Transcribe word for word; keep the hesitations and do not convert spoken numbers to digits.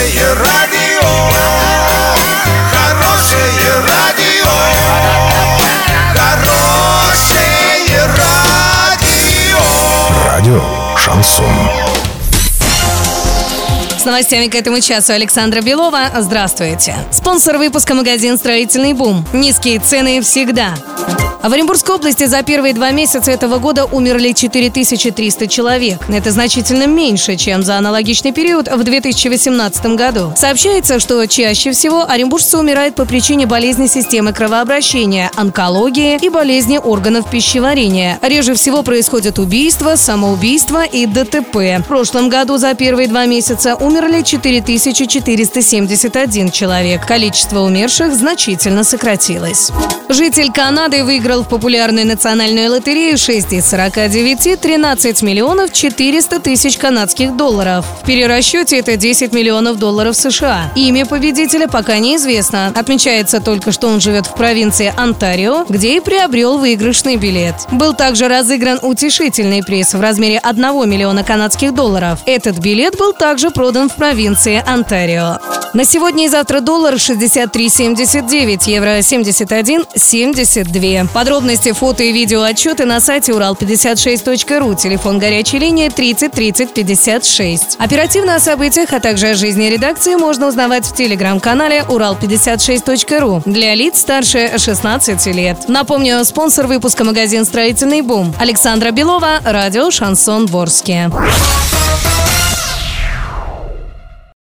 Хорошее радио, хорошее радио, хорошее радио. Радио Шансон. С новостями к этому часу Александра Белова. Здравствуйте. Спонсор выпуска — магазин «Строительный бум». Низкие цены всегда. В Оренбургской области за первые два месяца этого года умерли четыре тысячи триста человек. Это значительно меньше, чем за аналогичный период в две тысячи восемнадцатом году. Сообщается, что чаще всего оренбуржцы умирают по причине болезни системы кровообращения, онкологии и болезни органов пищеварения. Реже всего происходят убийства, самоубийства и ДТП. В прошлом году за первые два месяца умерли четыре тысячи четыреста семьдесят один человек. Количество умерших значительно сократилось. Житель Канады выиграл в популярную национальную лотерею шесть из сорока девяти тринадцать миллионов четыреста тысяч канадских долларов. В перерасчете это десять миллионов долларов США. Имя победителя пока неизвестно. Отмечается только, что он живет в провинции Онтарио, где и приобрел выигрышный билет. Был также разыгран утешительный приз в размере одного миллиона канадских долларов. Этот билет был также продан в провинции Онтарио. На сегодня и завтра доллар шестьдесят три семьдесят девять, евро семьдесят один семьдесят два. Подробности, фото и видео отчеты на сайте урал пятьдесят шесть точка ру, телефон горячей линии тридцать тридцать пятьдесят шесть. Оперативно о событиях, а также о жизни редакции можно узнавать в телеграм-канале урал пятьдесят шесть точка ру для лиц старше шестнадцати лет. Напомню, спонсор выпуска — магазин «Строительный бум». Александра Белова, радио «Шансон Ворске».